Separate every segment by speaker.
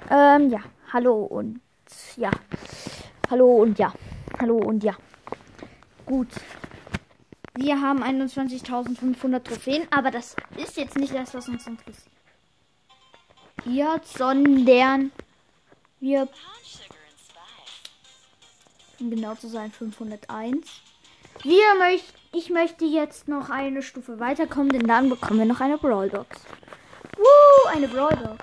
Speaker 1: Ja, hallo und ja. Hallo und ja. Hallo und ja. Gut. Wir haben 21.500 Trophäen, aber das ist jetzt nicht das, was uns interessiert. Sondern wir, um genau zu sein, 501. Ich möchte jetzt noch eine Stufe weiterkommen, denn dann bekommen wir noch eine Brawl Box. Eine Brawl Box.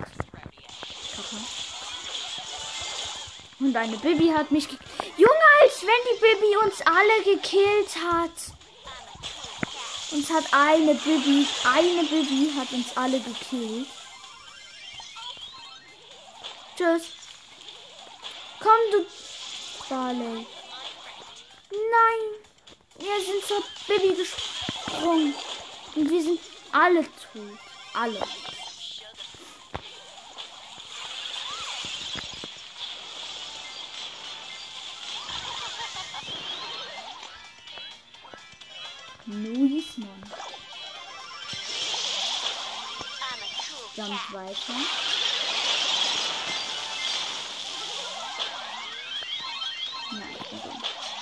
Speaker 1: Und eine Bibi hat mich Junge, als wenn die Bibi uns alle gekillt hat. Uns hat eine Bibi hat uns alle gekillt. Tschüss. Komm, du Barley. Nein. Wir sind zur Bibi gesprungen. Und wir sind alle tot. Alle. Nice, Mann. Jump weiter. Nein, okay.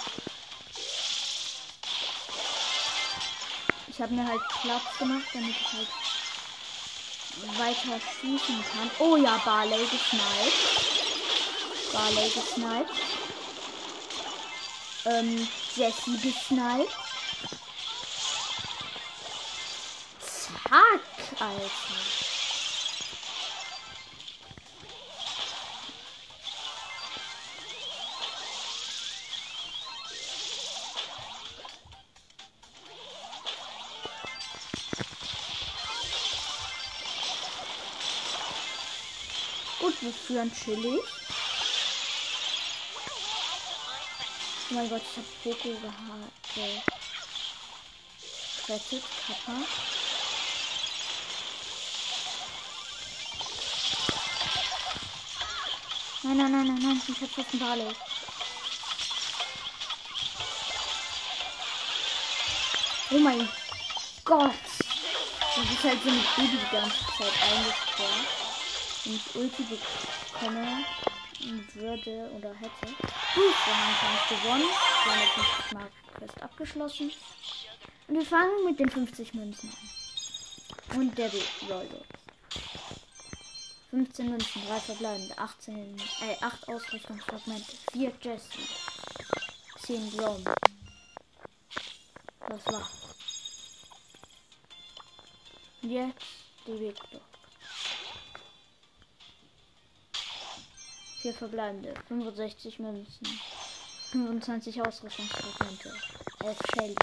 Speaker 1: Ich habe mir halt Platz gemacht, damit ich halt weiter schießen kann. Oh ja, Barley gesniped. Jessie gesniped. Zack, Alter. Gut, wir führen chillig. Oh mein Gott, ich hab Poco gerettet, Kappa. Nein, ich hab fast einen Barley. Oh mein Gott. Das ist halt so eine Baby die ganze Zeit eingesperrt. Wenn ich Ulti bekomme würde oder hätte. Gut, wir haben Kampf gewonnen. Wir haben jetzt nicht mal Quest abgeschlossen. Und wir fangen mit den 50 Münzen an. Und der Rollbox. 15 Münzen, 3 verbleibende, 8 Ausrüstungsfragmente, 4 Jessie, 10 Grom. Das war's. Und jetzt die Victor. 4 verbleibende, 65 Münzen, 25 Ausrüstungsfragmente, 11 Shelly,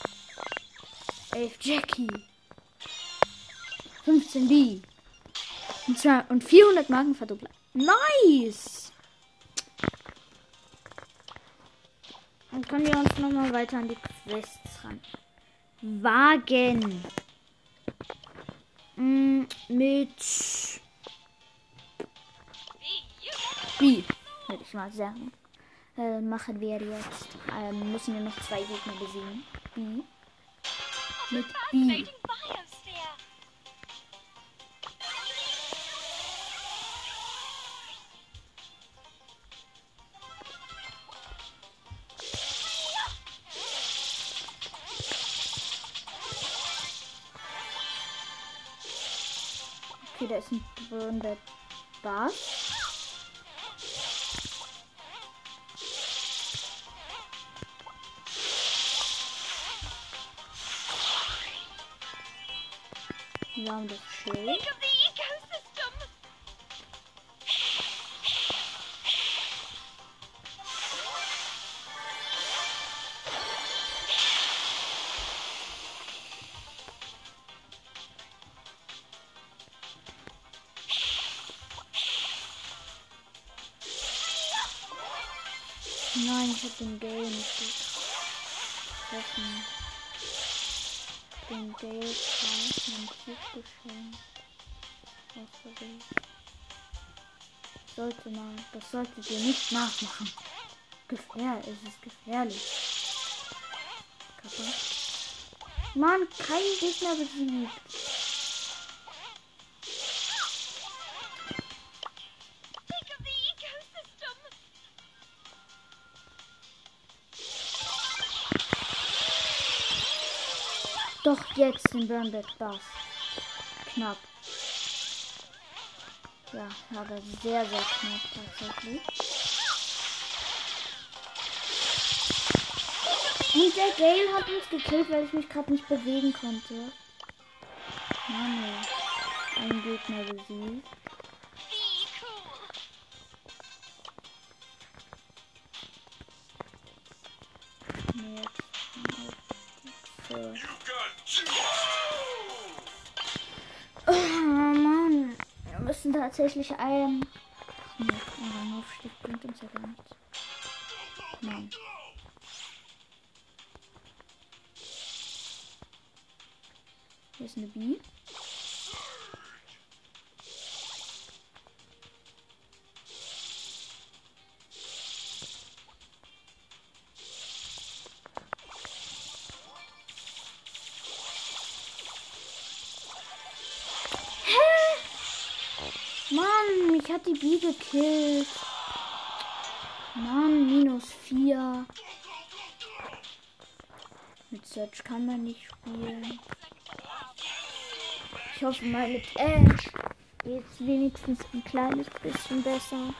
Speaker 1: 11 Jackie, 15 B. Und 400 Marken verdoppelt. Nice! Dann können wir uns nochmal weiter an die Quests ran. Wagen. Mit B, würde ich mal sagen. Machen wir jetzt. Müssen wir noch 2 Gegner besiegen. B. Mit B. Okay, da ist ein Bründer Bass. Wir haben das Schild. Nein, ich hab den Gale nicht getroffen. Den Gale Pass, mein Typ geschenkt. Aus Versehen. Das solltet ihr nicht nachmachen. Es ist gefährlich. Kappa. Mann, kein Gegner besiegt. Doch jetzt den Burnback Bass. Knapp. Ja, aber sehr, sehr knapp tatsächlich. Und der Gale hat uns gekillt, weil ich mich gerade nicht bewegen konnte. Mann, ein Gegner besiegt. So. Oh Mann, wir müssen tatsächlich ein... Nee, ein Aufstieg bringt uns ja gar nichts. Mann. Hier ist eine B. Mann, mich hat die B gekillt. Mann, -4. Mit Search kann man nicht spielen. Ich hoffe mal mit Ash geht's wenigstens ein kleines bisschen besser.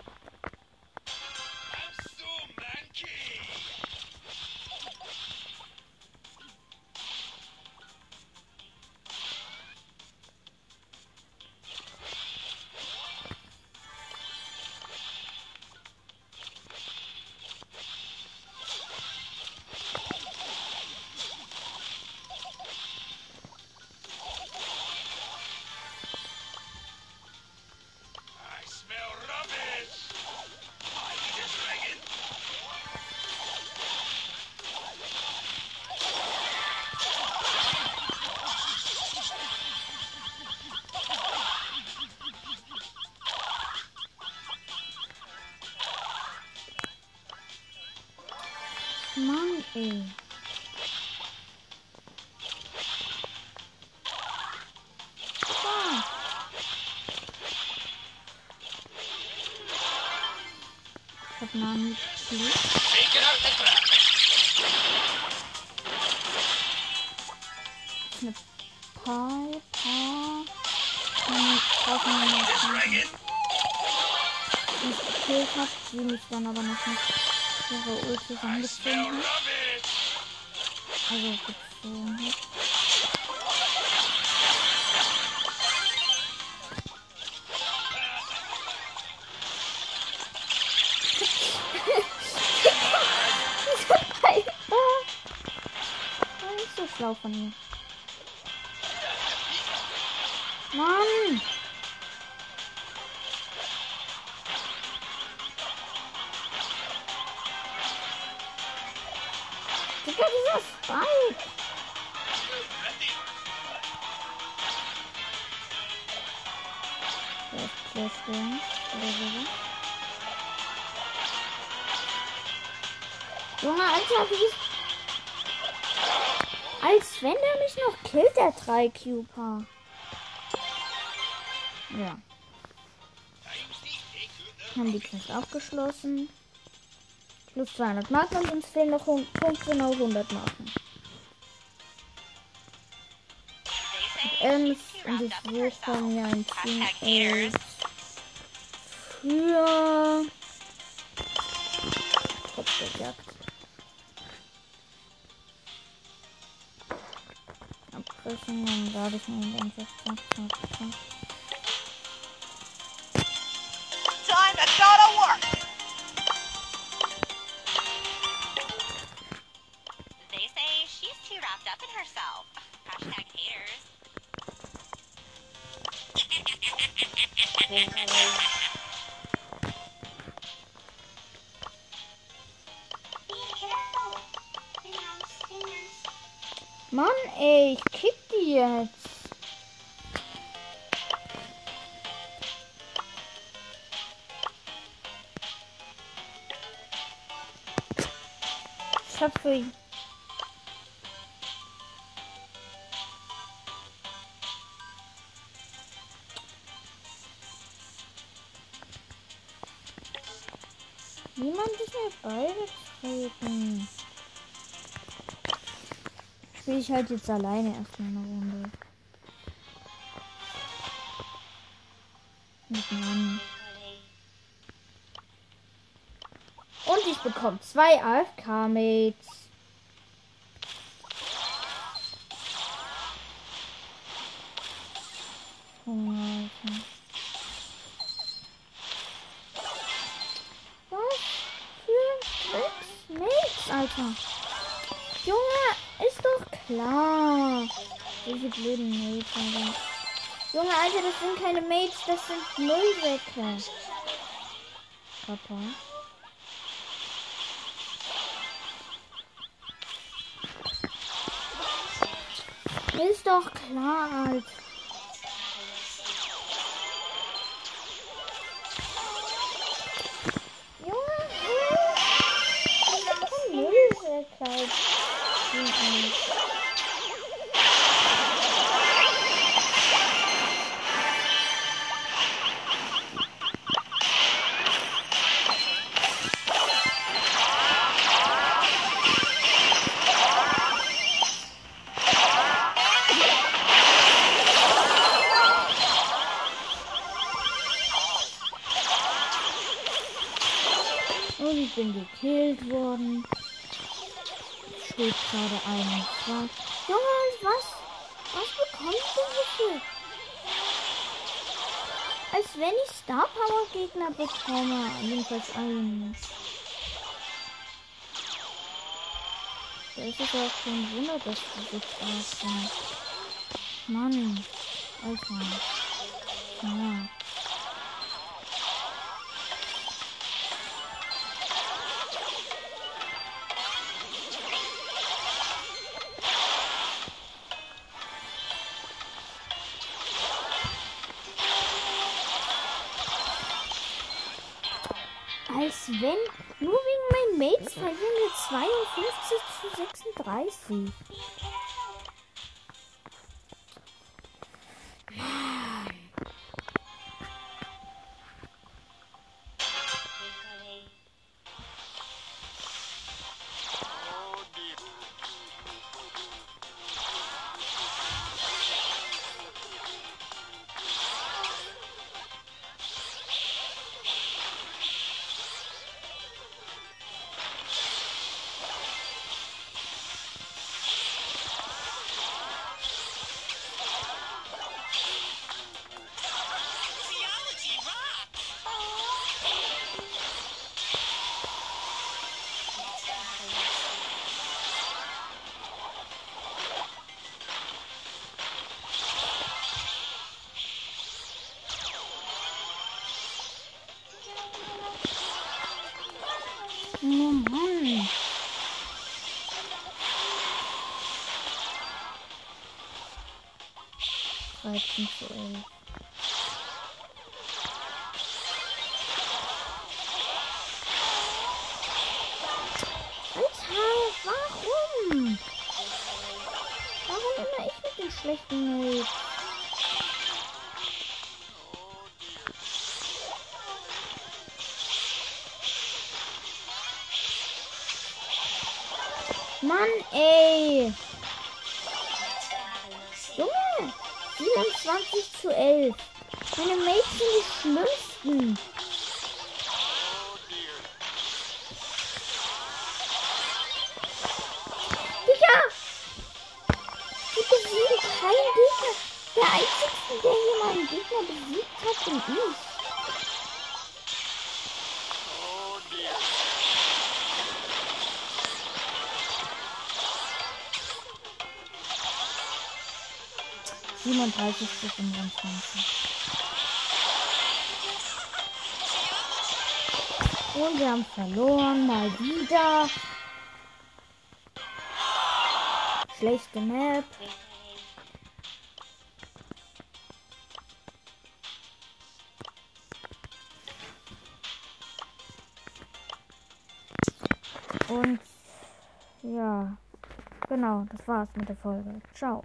Speaker 1: Mann, ey. Ah. Ich hab Nani Glück. Eine Piper. Die ich gekillt hab, die mich dann aber noch nicht ihre Ulti angezogen hat. Also gezogen hat. War nicht so schlau von mir. Mann! Digga, dieser Spike! Der ist Clash oder so. Junge, Alter, wie ist... Als wenn er mich noch killt, der 3-Cuper. Ja. Haben die Quest abgeschlossen. Plus 200 Marken und uns fehlen noch punktgenau 100 Marken. Und Ems und ich suche mir ein Team für Kopfgeldjagd. Abbrechen, dann lade ich mir einfach 20.
Speaker 2: Time to go to work. They say she's too wrapped up in herself. Hashtag haters.
Speaker 1: Mann, ey, ich kick die jetzt. Schaffe. Niemand ist mir beigetreten.
Speaker 3: Spiele ich halt jetzt alleine erstmal eine Runde. Mit Mann. Und ich bekomme 2 AFK-Mates. Was für Mates, Alter. Junge, ist doch klar. Diese blöden Mates, Alter. Junge, Alter, das sind keine Mates, das sind Müllsäcke. Papa. Ist doch klar, Alter. Junge, Müllsäcke, Alter. Und ich bin gekillt worden. Steht gerade 1, 2. Junge, was bekommst du dafür? Als wenn ich Star Power Gegner bekomme. Jedenfalls einen. Da ist es auch kein Wunder, dass die so stark sind. Mann. Alter. Ja. Als wenn, nur wegen meinen Mates verlieren wir 52 zu 36. Oh Mann. Zu 11. Alter, warum? Warum immer ich mit den schlechten Mates? Mann, ey. Junge, 27 zu 11. Meine Mates sind die schlimmsten. Digga! Die besiegen keinen Gegner. Der einzige, der hier meinen Gegner besiegt hat, bin ich. Zu 25. Und wir haben verloren, mal wieder. Schlechte Map. Und ja, genau, das war's mit der Folge. Ciao.